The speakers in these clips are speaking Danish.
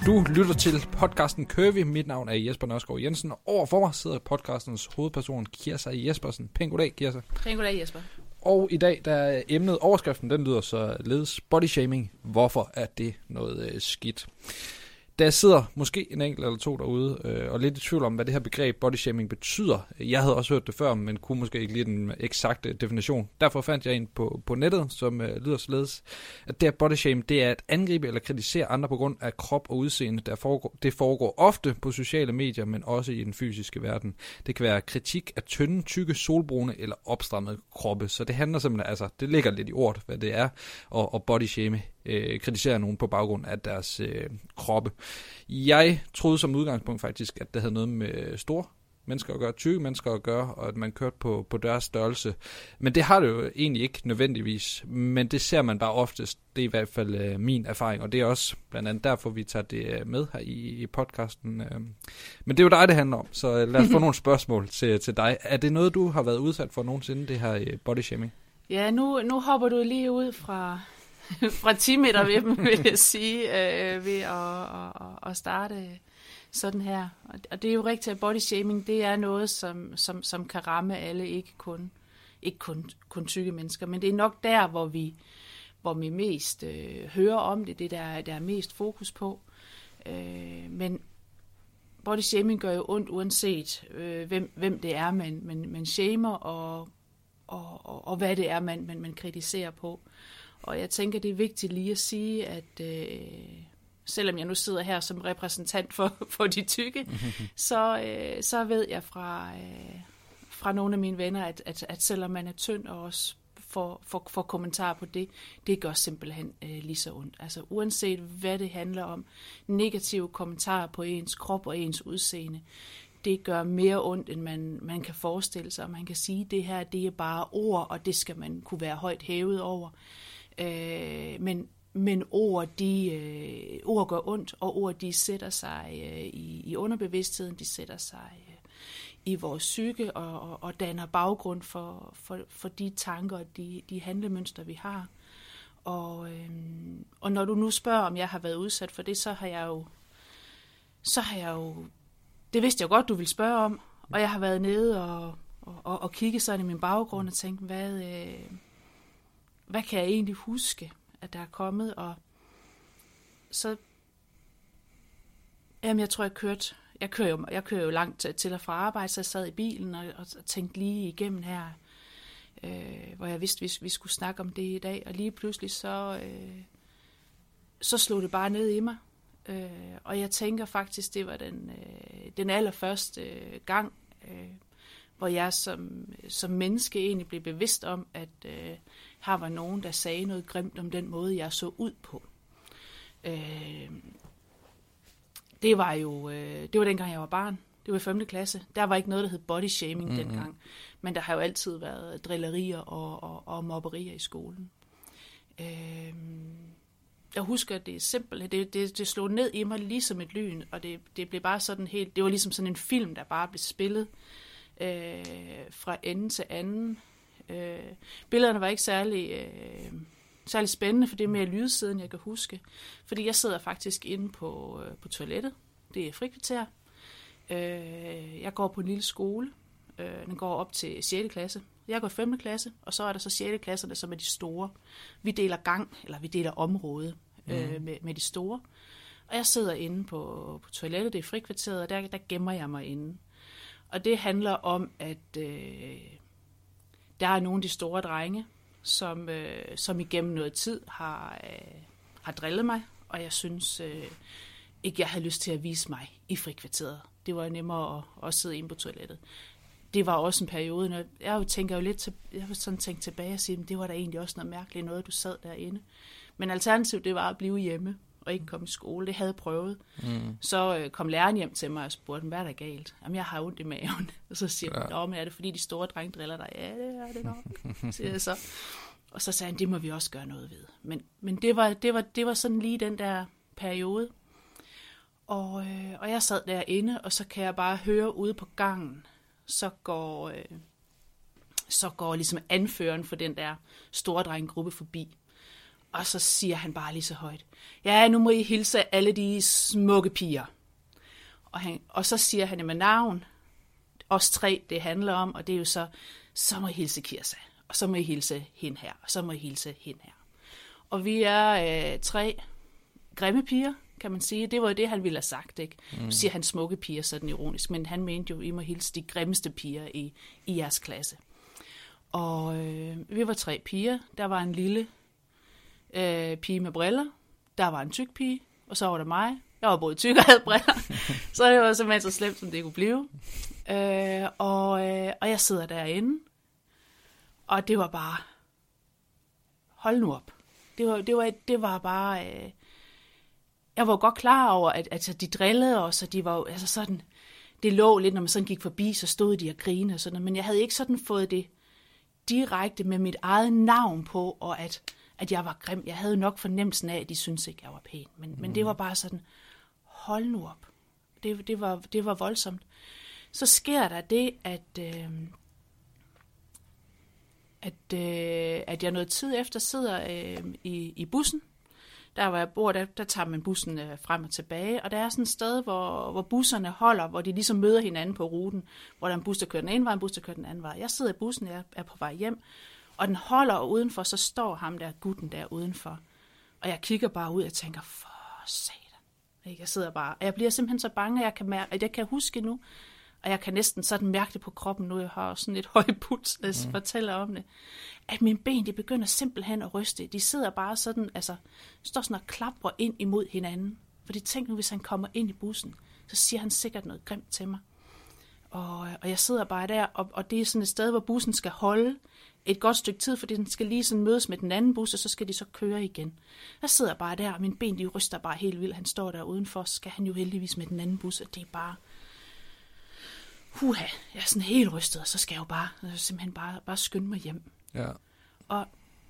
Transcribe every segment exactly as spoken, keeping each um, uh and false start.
Du lytter til podcasten Curvy. Mit navn er Jesper Nørskov Jensen, og overfor mig sidder podcastens hovedperson, Kirsa Jespersen. Pæn goddag, Kirsa. Pæn goddag, Jesper. Og i dag, der er emnet, overskriften, den lyder så ledes body shaming. Hvorfor er det noget øh, skidt? Der sidder måske en enkelt eller to derude, øh, og lidt i tvivl om, hvad det her begreb body shaming betyder. Jeg havde også hørt det før, men kunne måske ikke lige den eksakte definition. Derfor fandt jeg en på, på nettet, som øh, lyder således, at det her body shame, det er at angribe eller kritisere andre på grund af krop og udseende. Der foregår, det foregår ofte på sociale medier, men også i den fysiske verden. Det kan være kritik af tynde, tykke, solbrune eller opstrammede kroppe. Så det handler simpelthen, altså, det ligger lidt i ord, hvad det er, og, og body shame. Øh, kritiserer nogen på baggrund af deres øh, kroppe. Jeg troede som udgangspunkt faktisk, at det havde noget med store mennesker at gøre, tykke mennesker at gøre, og at man kørte på, på deres størrelse. Men det har det jo egentlig ikke nødvendigvis, men det ser man bare oftest. Det er i hvert fald øh, min erfaring, og det er også blandt andet derfor, vi tager det med her i, i podcasten. Øh. Men det er jo dig, det handler om, så lad os få nogle spørgsmål til, til dig. Er det noget, du har været udsat for nogensinde, det her øh, body shaming? Ja, nu, nu hopper du lige ud fra... fra ti meter ved dem, vil jeg sige, øh, ved at, at, at starte sådan her. Og det er jo rigtigt, at body shaming, det er noget, som, som, som kan ramme alle, ikke kun, ikke kun, kun tykke mennesker. Men det er nok der, hvor vi, hvor vi mest øh, hører om det, det der, der er mest fokus på. Øh, men body shaming gør jo ondt, uanset øh, hvem, hvem det er, man, man, man shamer, og, og, og, og hvad det er, man, man, man kritiserer på. Og jeg tænker, det er vigtigt lige at sige, at øh, selvom jeg nu sidder her som repræsentant for, for de tykke, så, øh, så ved jeg fra, øh, fra nogle af mine venner, at, at, at selvom man er tynd og også får, får, får kommentarer på det, det gør simpelthen øh, lige så ondt. Altså uanset hvad det handler om, negative kommentarer på ens krop og ens udseende, det gør mere ondt, end man, man kan forestille sig. Man kan sige, at det her det er bare ord, og det skal man kunne være højt hævet over. Øh, men, men ord, de, øh, ord gør ondt, og ord de sætter sig øh, i, i underbevidstheden, de sætter sig øh, i vores psyke og, og, og danner baggrund for, for, for de tanker og de, de handlemønstre, vi har. Og, øh, og når du nu spørger, om jeg har været udsat for det, så har jeg jo, så har jeg jo, det vidste jeg godt, du ville spørge om, og jeg har været nede og, og, og kigget sådan i min baggrund og tænkt, hvad... Øh, Hvad kan jeg egentlig huske, at der er kommet? Og så, jamen jeg tror, jeg kørte, jeg kører jo, jeg kører jo langt til og fra arbejde, så jeg sad i bilen og, og tænkte lige igennem her, øh, hvor jeg vidste, vi, vi skulle snakke om det i dag. Og lige pludselig så, øh, så slog det bare ned i mig. Øh, og jeg tænker faktisk, det var den, øh, den allerførste øh, gang, øh, hvor jeg som, som menneske egentlig blev bevidst om, at øh, her var nogen, der sagde noget grimt om den måde, jeg så ud på. Øh, det var jo, øh, det var dengang, jeg var barn. Det var i femte klasse. Der var ikke noget, der hed body shaming mm-hmm. dengang. Men der har jo altid været drillerier og, og, og mobberier i skolen. Øh, jeg husker, at det er simpelt. Det, det, det slog ned i mig ligesom et lyn, og det, det blev bare sådan helt, det var ligesom sådan en film, der bare blev spillet. Øh, fra ende til anden. Øh, billederne var ikke særlig, øh, særlig spændende, for det er mere lydsiden, jeg kan huske. Fordi jeg sidder faktisk inde på, øh, på toilettet. Det er frikvarter. Øh, jeg går på en lille skole. Øh, den går op til sjette klasse. Jeg går i femte klasse, og så er der så sjette klasserne, som er de store. Vi deler gang, eller vi deler område øh, mm. med, med de store. Og jeg sidder inde på, på toilettet, det er frikvarteret, og der, der gemmer jeg mig inde. Og det handler om, at øh, der er nogle af de store drenge, som, øh, som igennem noget tid har, øh, har drillet mig, og jeg synes øh, ikke, jeg havde lyst til at vise mig i frikvarteret. Det var nemmere at, at sidde inde på toilettet. Det var også en periode, når jeg tænker jo lidt til, jeg har sådan tænkt tilbage og sige, at det var da egentlig også noget mærkeligt noget, du sad derinde. Men alternativet, det var at blive hjemme og ikke komme i skole. Det havde jeg prøvet. Mm. Så øh, kom læreren hjem til mig og spurgte, hvad er der galt? Jamen, jeg har ondt i maven. Og så siger jeg, ja. Men er det fordi de store drenge driller dig? Ja, det er det nok, siger jeg så. Og så sagde han, det må vi også gøre noget ved. Men, men det, var, det, var, det var sådan lige den der periode. Og, øh, og jeg sad derinde, og så kan jeg bare høre ude på gangen, så går, øh, så går ligesom anføreren for den der store drenggruppe forbi. Og så siger han bare lige så højt, ja, nu må I hilse alle de smukke piger. Og, han, og så siger han med navn, os tre, det handler om, og det er jo så, så må I hilse Kirsa, og så må I hilse hende her, og så må I hilse hende her. Og vi er øh, tre grimme piger, kan man sige. Det var jo det, han ville have sagt, ikke? Mm. Så siger han smukke piger, sådan ironisk, men han mente jo, I må hilse de grimmeste piger i, i jeres klasse. Og øh, vi var tre piger. Der var en lille øh, pige med briller, der var en tyk pige, og så var der mig. Jeg var både tyk og havde briller, så det var simpelthen så slemt, som det kunne blive. Øh, og, øh, og jeg sidder derinde, og det var bare, hold nu op. Det var, det var, det var bare, øh, jeg var godt klar over, at altså, de drillede os, og de var altså sådan, det lå lidt, når man sådan gik forbi, så stod de og grinede og sådan noget, men jeg havde ikke sådan fået det direkte med mit eget navn på, og at, at jeg var grim. Jeg havde nok fornemmelsen af, at de syntes ikke, jeg var pæn, men, mm. men det var bare sådan, hold nu op. Det, det, var, det var voldsomt. Så sker der det, at, øh, at, øh, at jeg noget tid efter sidder øh, i, i bussen. Der hvor jeg bor, der, der tager man bussen øh, frem og tilbage, og der er sådan et sted, hvor, hvor busserne holder, hvor de ligesom møder hinanden på ruten, hvor der er en bus, der kører den ene vej, en bus, der kører den anden vej. Jeg sidder i bussen, jeg er på vej hjem, og den holder, og udenfor, så står ham der, gutten der udenfor. Og jeg kigger bare ud og tænker, for satan. Jeg sidder bare, og jeg bliver simpelthen så bange, at jeg kan, mærke, at jeg kan huske nu, og jeg kan næsten sådan mærke det på kroppen nu, jeg har sådan lidt høj puls, når jeg mm. fortæller om det, at mine ben, de begynder simpelthen at ryste. De sidder bare sådan, altså, står sådan og klapper ind imod hinanden. Fordi tænk nu, hvis han kommer ind i bussen, så siger han sikkert noget grimt til mig. Og, og jeg sidder bare der, og, og det er sådan et sted, hvor bussen skal holde et godt stykke tid, fordi den skal lige sådan mødes med den anden bus, og så skal de så køre igen. Jeg sidder bare der, og mine ben, de ryster bare helt vildt. Han står der udenfor, så skal han jo heldigvis med den anden bus, og det er bare... Huha, jeg er sådan helt rystet, og så skal jeg jo bare, simpelthen bare, bare skynde mig hjem. Ja. Og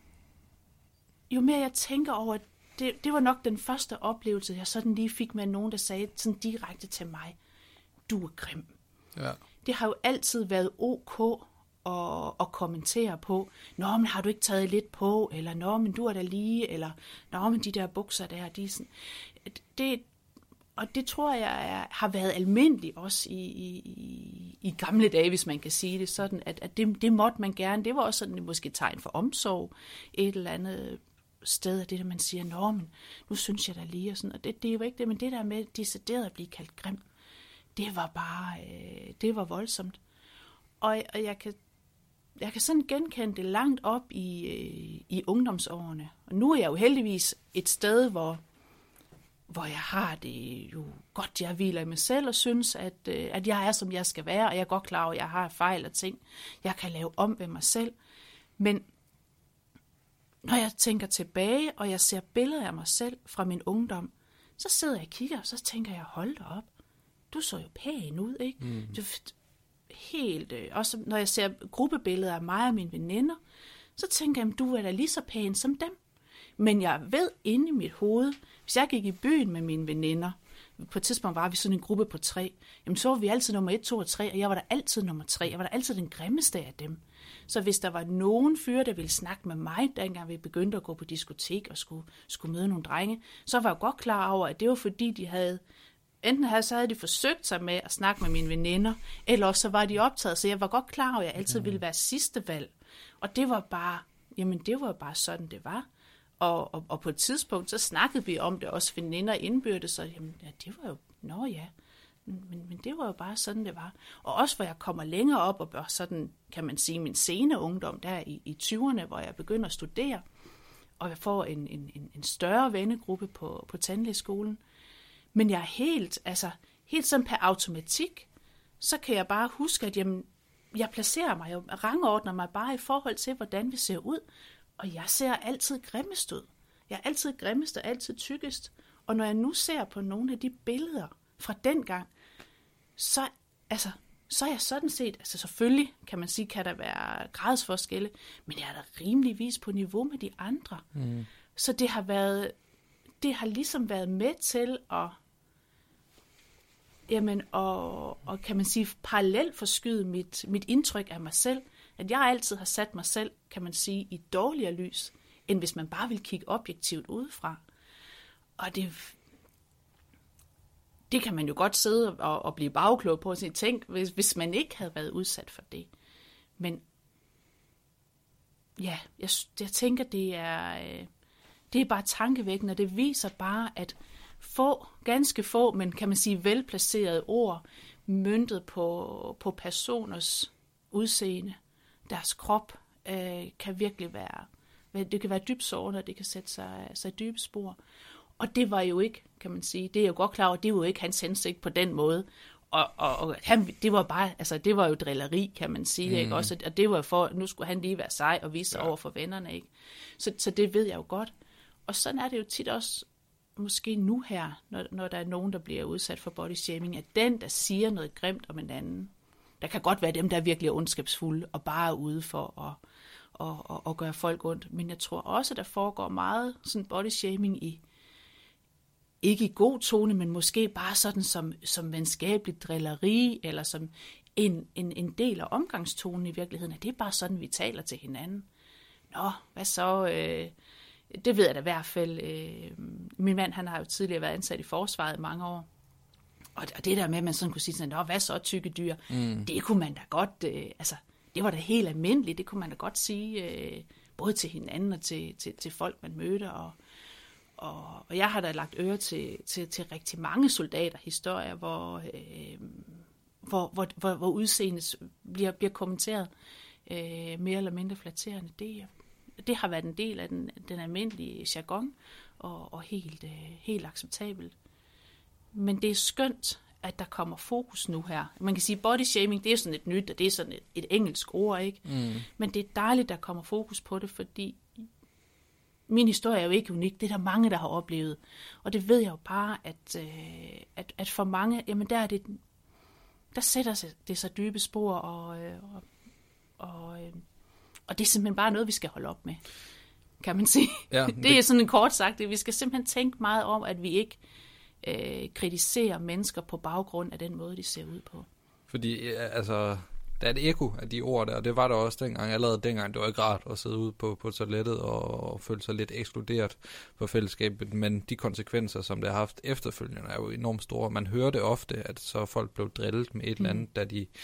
jo mere jeg tænker over, det, det var nok den første oplevelse, jeg sådan lige fik med nogen, der sagde sådan direkte til mig, du er grim. Ja. Det har jo altid været ok at, at kommentere på, nå, men har du ikke taget lidt på, eller nå, men du er der lige, eller nå, men de der bukser der, de er sådan, det, og det tror jeg er, har været almindeligt også i, i, i gamle dage, hvis man kan sige det sådan, at, at det, det måtte man gerne. Det var også sådan måske et tegn for omsorg et eller andet sted, af det der man siger, nå, men nu synes jeg da lige, og sådan, og det, det er jo ikke det, men det der med decideret at blive kaldt grim, det var bare, øh, det var voldsomt. Og, og jeg kan jeg kan sådan genkende det langt op i, øh, i ungdomsårene. Og nu er jeg jo heldigvis et sted, hvor hvor jeg har det jo godt, jeg hviler i mig selv og synes, at, øh, at jeg er, som jeg skal være, og jeg er godt klar over, at jeg har fejl og ting, jeg kan lave om ved mig selv. Men når jeg tænker tilbage, og jeg ser billeder af mig selv fra min ungdom, så sidder jeg og kigger, og så tænker jeg, hold da op, du så jo pæn ud, ikke? Mm. Du, helt, øh, også når jeg ser gruppebilleder af mig og mine veninder, så tænker jeg, du er da lige så pæn som dem. Men jeg ved inde i mit hoved, hvis jeg gik i byen med mine veninder, på et tidspunkt var vi sådan en gruppe på tre, jamen så var vi altid nummer et, to og tre, og jeg var der altid nummer tre. Jeg var der altid den grimmeste af dem. Så hvis der var nogen fyre, der ville snakke med mig, dengang vi begyndte at gå på diskotek og skulle, skulle møde nogle drenge, så var jeg godt klar over, at det var fordi, de havde, enten havde, så havde de forsøgt sig med at snakke med mine veninder, eller også så var de optaget, så jeg var godt klar over, at jeg altid ville være sidste valg. Og det var bare, jamen det var bare sådan, det var. Og, og, og på et tidspunkt, så snakkede vi om det, også veninder indbyrdes, så jamen, ja, det var jo, nå ja, men, men det var jo bare sådan, det var. Og også, hvor jeg kommer længere op, og bør sådan, kan man sige, min sene ungdom, der i, i tyverne, hvor jeg begynder at studere, og jeg får en, en, en større vennegruppe på, på tandlægeskolen. Men jeg er helt, altså, helt sådan per automatik, så kan jeg bare huske, at jamen, jeg placerer mig, jeg rangordner mig bare i forhold til, hvordan vi ser ud. Og jeg ser altid grimmest ud. Jeg er altid grimmest og altid tykkest. Og når jeg nu ser på nogle af de billeder fra dengang, så, altså, så er jeg sådan set, altså selvfølgelig kan man sige, kan der være gradsforskelle, men jeg er da rimeligvis på niveau med de andre. Mm. Så det har været, det har ligesom været med til at, jamen, og, og kan man sige, parallelt forskyde mit, mit indtryk af mig selv, at jeg altid har sat mig selv, kan man sige, i dårligere lys, end hvis man bare vil kigge objektivt udefra. Og det, det kan man jo godt sidde og, og blive bagklog på og sige, tænk, hvis, hvis man ikke havde været udsat for det. Men ja, jeg, jeg tænker, det er, det er bare tankevækkende, og det viser bare, at få, ganske få, men kan man sige velplacerede ord, møntet på, på personers udseende, deres krop, øh, kan virkelig være, det kan være dybt sårende, og det kan sætte sig, sig dybe spor. Og det var jo ikke, kan man sige, det er jeg jo godt klar over, det var jo ikke hans hensigt på den måde. Og, og, og han, det var bare, altså det var jo drilleri, kan man sige, mm. ikke også? Og det var for, nu skulle han lige være sej og vise sig ja. over for vennerne, ikke? Så, så det ved jeg jo godt. Og sådan er det jo tit også, måske nu her, når, når der er nogen, der bliver udsat for body shaming, at den, der siger noget grimt om en anden, der kan godt være dem, der er virkelig ondskabsfulde og bare er ude for at, at, at, at gøre folk ondt. Men jeg tror også, der foregår meget sådan body shaming i, ikke i god tone, men måske bare sådan som, som venskabeligt drilleri, eller som en, en, en del af omgangstonen i virkeligheden. Det er bare sådan, vi taler til hinanden. Nå, hvad så? Øh, det ved jeg da i hvert fald. Øh, min mand, han har jo tidligere været ansat i forsvaret i mange år. Og, og det der med, at man sådan kunne sige sådan, nå, hvad så tykke dyr? Mm. Det kunne man da godt, øh, altså, det var da helt almindeligt. Det kunne man da godt sige, øh, både til hinanden og til, til, til folk, man mødte, og Og, og jeg har da lagt øre til, til, til rigtig mange soldater, historier, hvor, øh, hvor, hvor, hvor, hvor udseendet bliver, bliver kommenteret øh, mere eller mindre flatterende. Det, det har været en del af den, den almindelige jargon, og, og helt, øh, helt acceptabelt. Men det er skønt, at der kommer fokus nu her. Man kan sige, body shaming, det er sådan et nyt, og det er sådan et, et engelsk ord, ikke? Mm. Men det er dejligt, der kommer fokus på det, fordi min historie er jo ikke unik. Det er der mange, der har oplevet. Og det ved jeg jo bare, at, øh, at, at for mange, jamen der er det, der sætter det sig dybe spor, og, øh, og, og, øh, og det er simpelthen bare noget, vi skal holde op med, kan man sige. Ja, det, det er sådan en kort sagt, det. Vi skal simpelthen tænke meget om, at vi ikke øh, kritiserer mennesker på baggrund af den måde, de ser ud på. Fordi, altså, der er et ekko af de ord der, og det var der også dengang, allerede dengang, det var ikke rart at sidde ude på, på toilettet og, og føle sig lidt ekskluderet på fællesskabet, men de konsekvenser, som det har haft efterfølgende, er jo enormt store. Man hører det ofte, at så folk blev drillet med et mm. eller andet, da de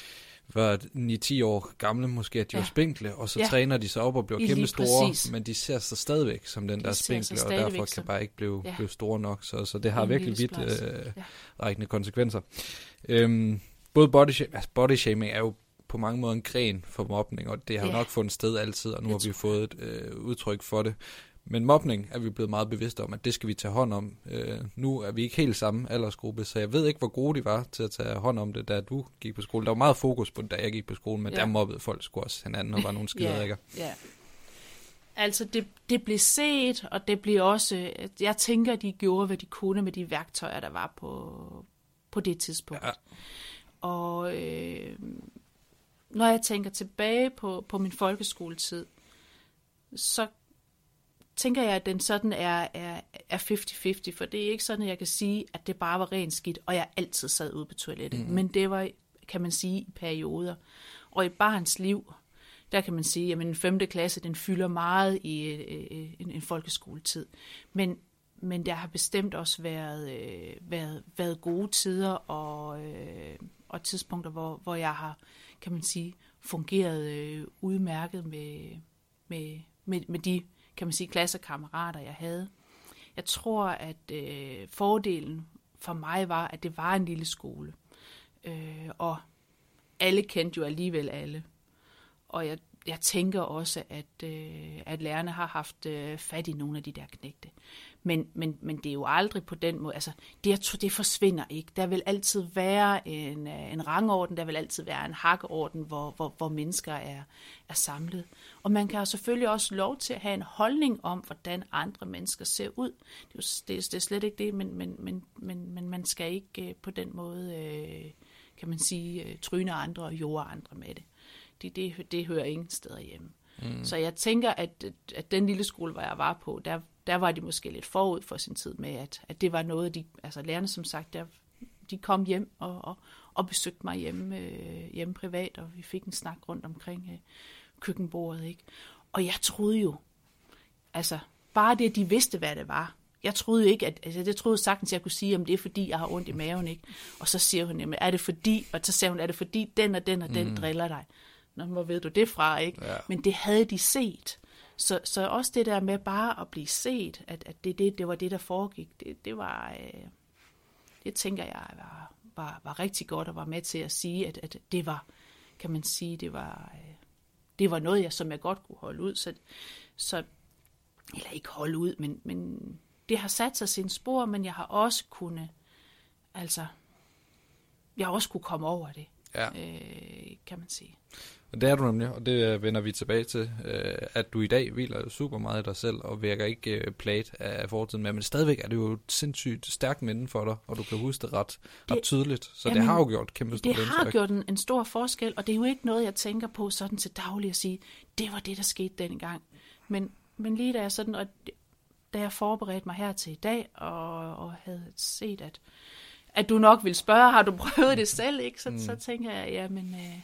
var ni til ti år gamle, måske at de ja. var spinkle, og så ja. træner de sig op og bliver kæmpe store, præcis. Men de ser sig stadigvæk som den de der spinkle, og derfor kan bare ikke blive, ja. blive store nok, så, så det har en virkelig vidt øh, ja. rækkende konsekvenser. Øhm, Både body, altså body shaming er jo på mange måder en gren for mobning, og det har jo yeah. nok fundet sted altid, og nu har vi fået et øh, udtryk for det. Men mobning er vi blevet meget bevidste om, at det skal vi tage hånd om. Øh, nu er vi ikke helt samme aldersgruppe, så jeg ved ikke, hvor gode de var til at tage hånd om det, da du gik på skole. Der var meget fokus på det, da jeg gik på skole, men yeah. der mobbede folk sgu også hinanden, og var nogle skiderikker. Ja, yeah. yeah. Altså, det, det blev set, og det blev også... Jeg tænker, at de gjorde, hvad de kunne med de værktøjer, der var på, på det tidspunkt. Ja. Og øh, når jeg tænker tilbage på, på min folkeskoletid, så tænker jeg, at den sådan er, er, er halvtreds halvtreds, for det er ikke sådan, at jeg kan sige, at det bare var rent skidt, og jeg altid sad ude på toilettet. Mm. Men det var, kan man sige, i perioder. Og i barns liv, der kan man sige, at en femte klasse, den fylder meget i øh, en, en folkeskoletid. Men Men der har bestemt også været, øh, været, været gode tider og, øh, og tidspunkter, hvor, hvor jeg har, kan man sige, fungeret øh, udmærket med, med, med, med de, kan man sige, klassekammerater, jeg havde. Jeg tror, at øh, fordelen for mig var, at det var en lille skole. Øh, og alle kendte jo alligevel alle. Og jeg, jeg tænker også, at, øh, at lærerne har haft øh, fat i nogle af de der knægte. Men, men, men det er jo aldrig på den måde, altså det, det forsvinder ikke. Der vil altid være en, en rangorden, der vil altid være en hakkeorden, hvor, hvor, hvor mennesker er, er samlet. Og man kan jo selvfølgelig også lov til at have en holdning om, hvordan andre mennesker ser ud. Det er, jo, det, det er slet ikke det, men, men, men, men, men man skal ikke på den måde, øh, kan man sige, tryne andre og jorde andre med det. Det, det, det hører ingen steder hjemme. Mm. Så jeg tænker, at, at den lille skole, hvor jeg var på, der, der var de måske lidt forud for sin tid med, at, at det var noget, de, altså lærerne som sagt, der, de kom hjem og, og, og besøgte mig hjemme, øh, hjemme privat, og vi fik en snak rundt omkring øh, køkkenbordet, ikke? Og jeg troede jo, altså, bare det, at de vidste, hvad det var. Jeg troede ikke, at, altså, jeg troede sagtens, at jeg kunne sige, om det er fordi, jeg har ondt i maven, ikke? Og så siger hun, jamen, er det fordi, og så siger hun, er det fordi, den og den og den mm. driller dig? Nå, hvor ved du det fra, ikke? Ja. Men det havde de set. Så, så også det der med bare at blive set, at, at det, det, det var det, der foregik, det, det var, øh, det tænker jeg var, var, var rigtig godt, og var med til at sige, at, at det var, kan man sige, det var, øh, det var noget, jeg, som jeg godt kunne holde ud. Så, så, eller ikke holde ud, men, men det har sat sig sine spor, men jeg har også kunnet, altså, jeg har også kunne komme over det, ja. øh, kan man sige. Og det er du nemlig, og det vender vi tilbage til, at du i dag hviler super meget i dig selv, og virker ikke plaget af fortiden med, men stadigvæk er det jo et sindssygt stærkt minde for dig, og du kan huske det ret, ret det, tydeligt, så jamen, det har jo gjort kæmpe stort Det har indtryk. gjort en, en stor forskel, og det er jo ikke noget, jeg tænker på sådan til daglig at sige, det var det, der skete dengang. Men, men lige da jeg sådan, og da jeg forberedte mig her til i dag, og, og havde set, at, at du nok ville spørge, har du prøvet det selv, ikke? Så, mm. så tænker jeg, jamen... Øh,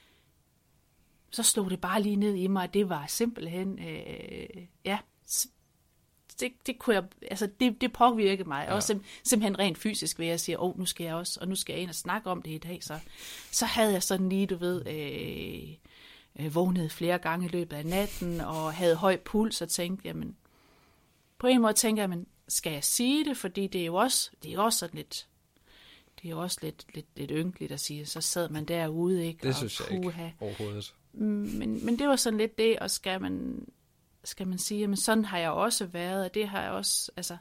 så slog det bare lige ned i mig, at det var simpelthen, øh, ja, det, det kunne jeg, altså det, det påvirkede mig, ja. Også sim, simpelthen rent fysisk, ved at sige, åh, oh, nu skal jeg også, og nu skal jeg ind og snakke om det i dag, så, så havde jeg sådan lige, du ved, øh, øh, vågnet flere gange i løbet af natten, og havde høj puls, og tænkte, jamen, på en måde tænker jeg, men skal jeg sige det, fordi det er jo også, det er jo også sådan lidt, det er jo også lidt, lidt, lidt ynkeligt at sige, så sad man derude, ikke? Det og synes jeg puha. Ikke overhovedet. Men, men det var sådan lidt det, og skal man, skal man sige, men sådan har jeg også været, og det har jeg også, altså,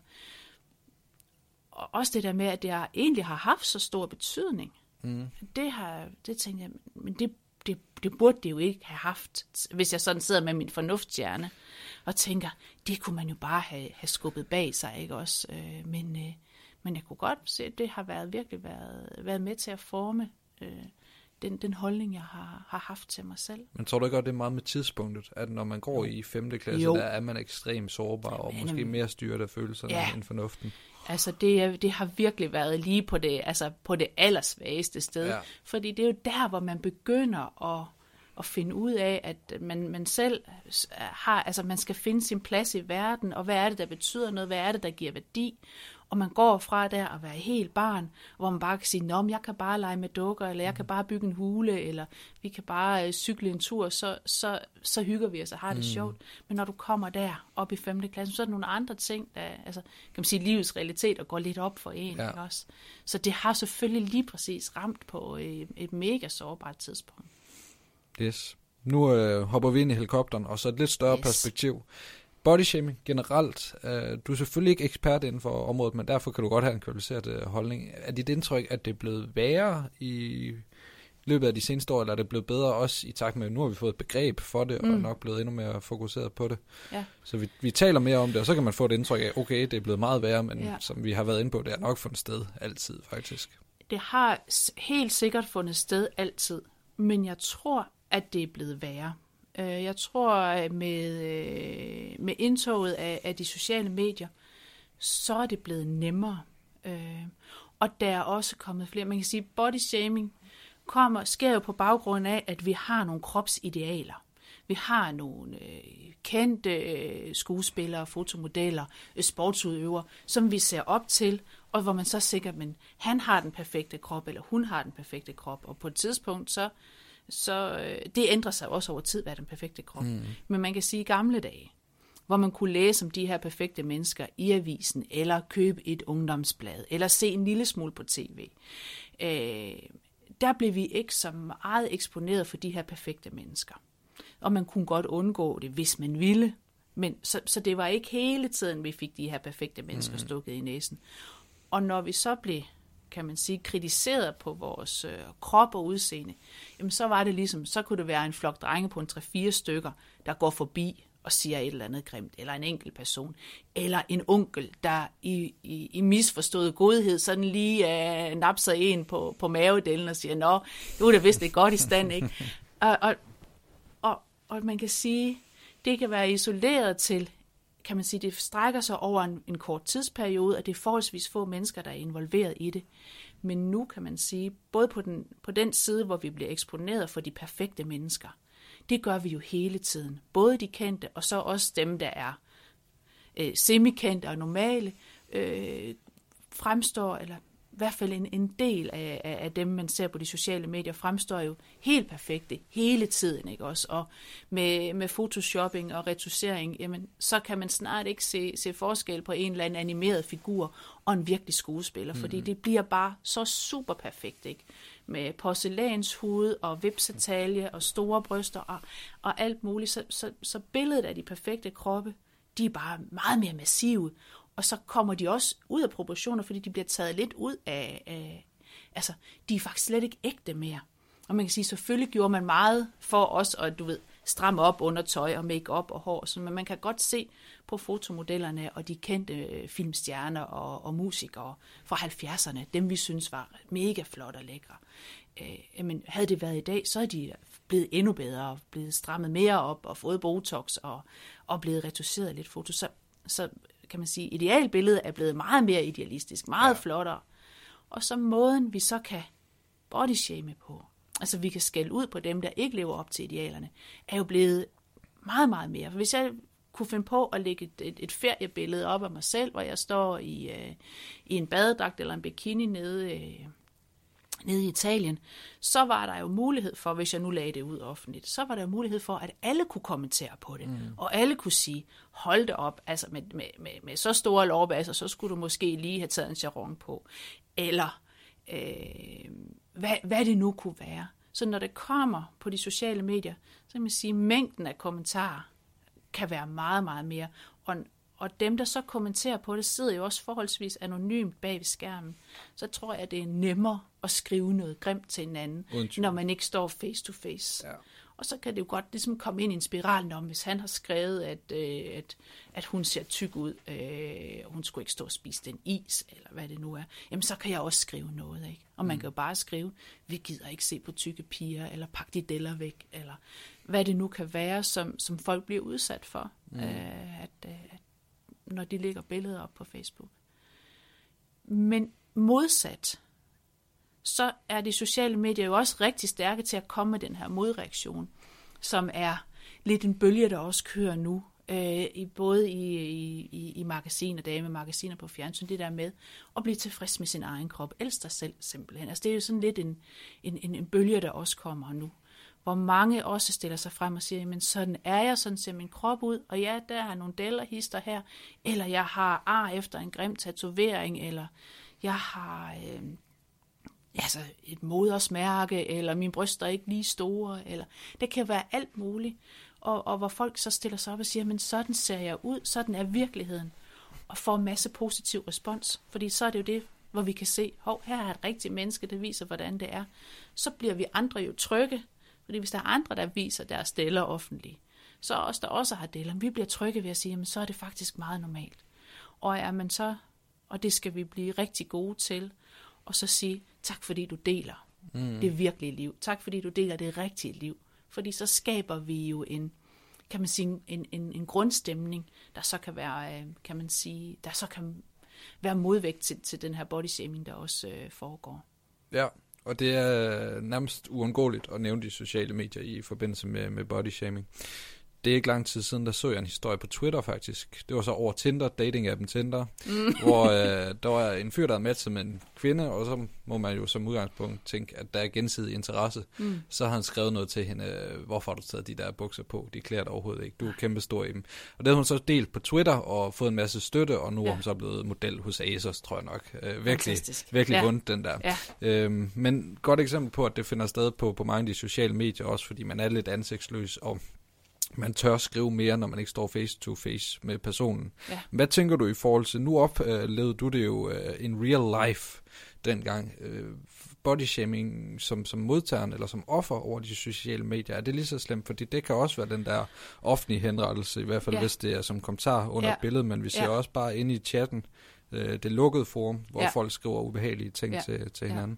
og også det der med, at jeg egentlig har haft så stor betydning, mm. det har, det tænkte jeg, men det, det, det burde det jo ikke have haft, hvis jeg sådan sidder med min fornuftshjerne, og tænker, det kunne man jo bare have, have skubbet bag sig, ikke også, øh, men, øh, men jeg kunne godt se, at det har været, virkelig været, været med til at forme, øh, Den, den holdning, jeg har, har haft til mig selv. Men tror du ikke godt, det er meget med tidspunktet, at når man går i femte klasse, jo. Der er man ekstremt sårbar, og men, måske mere styret af følelserne ja. End fornuften? Altså, det, det har virkelig været lige på det, altså på det allersvageste sted. Ja. Fordi det er jo der, hvor man begynder at, at finde ud af, at man, man selv har, altså man skal finde sin plads i verden, og hvad er det, der betyder noget, hvad er det, der giver værdi. Og man går fra der at være helt barn, hvor man bare kan sige, nå, jeg kan bare lege med dukker, eller jeg kan bare bygge en hule, eller vi kan bare øh, cykle en tur, så, så, så hygger vi os og har det mm. sjovt. Men når du kommer der op i femte klasse, så er der nogle andre ting, der, altså, kan man sige, livets realitet, og går lidt op for en. Ja. Ikke også? Så det har selvfølgelig lige præcis ramt på øh, et mega sårbart tidspunkt. Yes. Nu øh, hopper vi ind i helikopteren, og så et lidt større yes. perspektiv. Bodyshaming generelt, øh, du er selvfølgelig ikke ekspert inden for området, men derfor kan du godt have en kvalificeret øh, holdning. Er dit indtryk, at det er blevet værre i løbet af de seneste år, eller er det blevet bedre også i takt med, at nu har vi fået et begreb for det, mm. og nok blevet endnu mere fokuseret på det? Ja. Så vi, vi taler mere om det, og så kan man få et indtryk af, okay, det er blevet meget værre, men ja. Som vi har været inde på, det er nok fundet sted altid, faktisk. Det har helt sikkert fundet sted altid, men jeg tror, at det er blevet værre. Jeg tror, med, med indtoget af, af de sociale medier, så er det blevet nemmere. Og der er også kommet flere. Man kan sige, body shaming kommer, sker jo på baggrund af, at vi har nogle kropsidealer. Vi har nogle kendte skuespillere, fotomodeller, sportsudøvere, som vi ser op til, og hvor man så sikkert, men han har den perfekte krop, eller hun har den perfekte krop, og på et tidspunkt så Så øh, det ændrer sig også over tid, hvad er den perfekte krop. Mm. Men man kan sige gamle dage, hvor man kunne læse om de her perfekte mennesker i avisen, eller købe et ungdomsblad, eller se en lille smule på tv. Øh, der blev vi ikke så meget eksponeret for de her perfekte mennesker. Og man kunne godt undgå det, hvis man ville. Men, så, så det var ikke hele tiden, vi fik de her perfekte mennesker mm. stukket i næsen. Og når vi så blev, kan man sige, kritiseret på vores øh, krop og udseende, jamen så var det ligesom, så kunne det være en flok drenge på en tre-fire stykker, der går forbi og siger et eller andet grimt, eller en enkelt person, eller en onkel, der i, i, i misforstået godhed sådan lige øh, napser en på, på mavedelen og siger, nå, du er da vist ikke godt i stand, ikke? og, og, og, og man kan sige, det kan være isoleret til, kan man sige, det strækker sig over en, en kort tidsperiode, og det er forholdsvis få mennesker, der er involveret i det. Men nu kan man sige, både på den, på den side, hvor vi bliver eksponeret for de perfekte mennesker, det gør vi jo hele tiden. Både de kendte, og så også dem, der er øh, semikendte og normale, øh, fremstår, eller i hvert fald en, en del af, af, af dem, man ser på de sociale medier, fremstår jo helt perfekte hele tiden, ikke også? Og med, med photoshopping og retouchering, jamen, så kan man snart ikke se, se forskel på en eller anden animeret figur og en virkelig skuespiller, mm-hmm. fordi det bliver bare så super perfekt, ikke? Med porcelænshud og vipsetalje og store bryster og, og alt muligt, så, så, så billedet af de perfekte kroppe, de er bare meget mere massive. Og så kommer de også ud af proportioner, fordi de bliver taget lidt ud af, af altså, de er faktisk slet ikke ægte mere. Og man kan sige, selvfølgelig gjorde man meget for os, at du ved, stramme op under tøj og make-up og hår, så, men man kan godt se på fotomodellerne og de kendte filmstjerner og, og musikere fra halvfjerdserne, dem vi synes var mega flotte og lækre. Øh, men havde det været i dag, så er de blevet endnu bedre, blevet strammet mere op og fået botox og, og blevet retoucheret lidt foto. Så, så kan man sige, idealbilledet er blevet meget mere idealistisk, meget ja. flottere. Og så måden, vi så kan bodyshame på, altså vi kan skælde ud på dem, der ikke lever op til idealerne, er jo blevet meget, meget mere. For hvis jeg kunne finde på at lægge et, et, et feriebillede op af mig selv, hvor jeg står i, øh, i en badedragt eller en bikini nede, øh, nede i Italien, så var der jo mulighed for, hvis jeg nu lagde det ud offentligt, så var der jo mulighed for, at alle kunne kommentere på det, mm. og alle kunne sige, hold det op, altså med, med, med, med så store lårbaser, så skulle du måske lige have taget en charon på, eller øh, hvad, hvad det nu kunne være. Så når det kommer på de sociale medier, så kan man sige, at mængden af kommentarer kan være meget, meget mere, og Og dem, der så kommenterer på det, sidder jo også forholdsvis anonymt bag ved skærmen. Så tror jeg, at det er nemmere at skrive noget grimt til hinanden, Undtryk. når man ikke står face to face. Ja. Og så kan det jo godt ligesom komme ind i en spiral om, hvis han har skrevet, at, øh, at, at hun ser tyk ud, øh, og hun skulle ikke stå og spise den is, eller hvad det nu er. Jamen, så kan jeg også skrive noget, ikke? Og man mm. kan jo bare skrive, vi gider ikke se på tykke piger, eller pakke de deller væk, eller hvad det nu kan være, som, som folk bliver udsat for, mm. øh, at, at når de lægger billeder op på Facebook. Men modsat, så er de sociale medier jo også rigtig stærke til at komme med den her modreaktion, som er lidt en bølge, der også kører nu, øh, i, både i, i, i magasiner, damemagasiner på fjernsyn, det der med at blive tilfreds med sin egen krop, elsk dig selv simpelthen. Altså det er jo sådan lidt en, en, en, en bølge, der også kommer nu, hvor mange også stiller sig frem og siger, men sådan er jeg, sådan ser min krop ud, og ja, der er nogle dellerhister her, eller jeg har ar efter en grim tatovering, eller jeg har øh, altså et modersmærke, eller mine bryster er ikke lige store, eller det kan være alt muligt, og, og hvor folk så stiller sig op og siger, men sådan ser jeg ud, sådan er virkeligheden, og får en masse positiv respons, fordi så er det jo det, hvor vi kan se, hov, her er et rigtigt menneske, der viser, hvordan det er. Så bliver vi andre jo trygge, fordi hvis der er andre, der viser deres deller offentligt, så os, der også har deller, vi bliver trygge ved at sige, jamen så er det faktisk meget normalt. Og er man så, og det skal vi blive rigtig gode til, og så sige, tak fordi du deler mm. det virkelige liv. Tak fordi du deler det rigtige liv. Fordi så skaber vi jo en, kan man sige, en, en, en grundstemning, der så kan være, kan man sige, der så kan være modvægt til, til den her bodyshaming, der også øh, foregår. Ja. Og det er nærmest uundgåeligt at nævne de sociale medier i forbindelse med, med bodyshaming. Det er ikke lang tid siden, der så jeg en historie på Twitter faktisk. Det var så over Tinder, dating-appen Tinder, mm. hvor øh, der var en fyr, der havde matchet med en kvinde, og så må man jo som udgangspunkt tænke, at der er gensidig interesse. Mm. Så har han skrevet noget til hende, hvorfor har du taget de der bukser på? De klæder dig overhovedet ikke. Du er kæmpe stor i dem. Og det havde hun så delt på Twitter og fået en masse støtte, og nu ja. er hun så blevet model hos Asos, tror jeg nok. Øh, virkelig virkelig ja. vundet den der. Ja. Øhm, men godt eksempel på, at det finder sted på, på mange af de sociale medier, også fordi man er lidt ansigtsløs, og man tør skrive mere, når man ikke står face to face med personen. Ja. Hvad tænker du i forhold til, nu oplevede du det jo uh, in real life dengang, uh, bodyshaming som, som modtageren eller som offer over de sociale medier, er det lige så slemt? Fordi det kan også være den der offentlige henrettelse, i hvert fald ja. hvis det er som kommentar under ja. billedet, men vi ser ja. også bare inde i chatten, uh, det lukkede forum, hvor ja. folk skriver ubehagelige ting ja. til, til hinanden.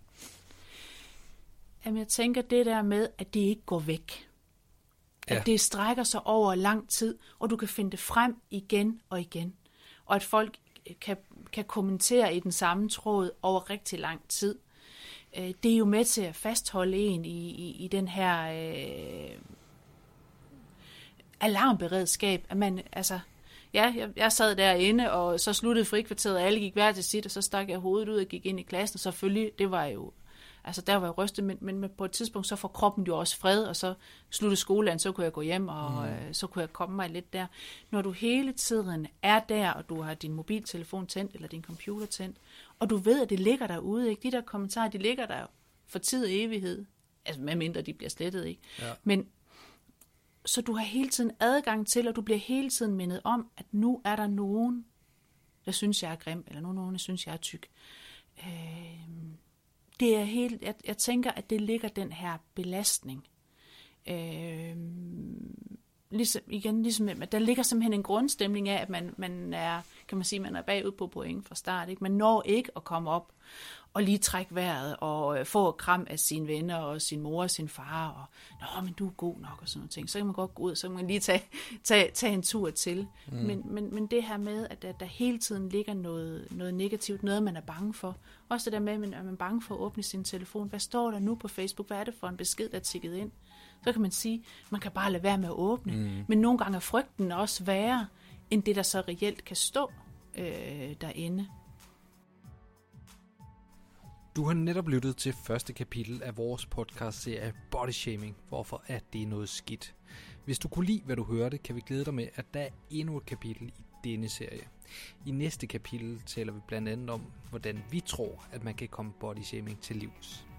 Ja. Jamen jeg tænker det der med, at det ikke går væk. At ja. det strækker sig over lang tid, og du kan finde det frem igen og igen. Og at folk kan, kan kommentere i den samme tråd over rigtig lang tid. Det er jo med til at fastholde en i, i, i den her øh, alarmberedskab. At man, altså, ja, jeg, jeg sad derinde, og så sluttede frikvarteret, og alle gik hver til sit, og så stak jeg hovedet ud og gik ind i klassen. Selvfølgelig, det var jo, altså der var jeg rystet, men, men på et tidspunkt, så får kroppen jo også fred, og så sluttede skolen, så kunne jeg gå hjem, og mm. øh, så kunne jeg komme mig lidt der. Når du hele tiden er der, og du har din mobiltelefon tændt, eller din computer tændt, og du ved, at det ligger derude, ikke? De der kommentarer, de ligger der for tid og evighed. Altså medmindre de bliver slettet, ikke? Ja. Men så du har hele tiden adgang til, og du bliver hele tiden mindet om, at nu er der nogen, der synes, jeg er grim, eller nogen, der synes, jeg er tyk. Øh, det er helt, jeg, jeg tænker, at det ligger den her belastning. Øh, ligesom, igen, ligesom, at der ligger simpelthen en grundstemning af, at man, man er, kan man sige, man er bagud på point fra start. Ikke? Man når ikke at komme op og lige trække vejret og få et kram af sine venner og sin mor og sin far, og nå, men du er god nok og sådan noget ting. Så kan man godt gå ud, så kan man lige tage, tage, tage en tur til. Mm. Men, men, men det her med, at der, der hele tiden ligger noget, noget negativt, noget man er bange for. Også det der med, at man er bange for at åbne sin telefon. Hvad står der nu på Facebook? Hvad er det for en besked, der er tikket ind? Så kan man sige, man kan bare lade være med at åbne. Mm. Men nogle gange er frygten også værre, end det, der så reelt kan stå øh, derinde. Du har netop lyttet til første kapitel af vores podcast-serie Body Shaming, hvorfor at det er noget skidt. Hvis du kunne lide, hvad du hørte, kan vi glæde dig med, at der er endnu et kapitel i denne serie. I næste kapitel taler vi blandt andet om, hvordan vi tror, at man kan komme body shaming til livs.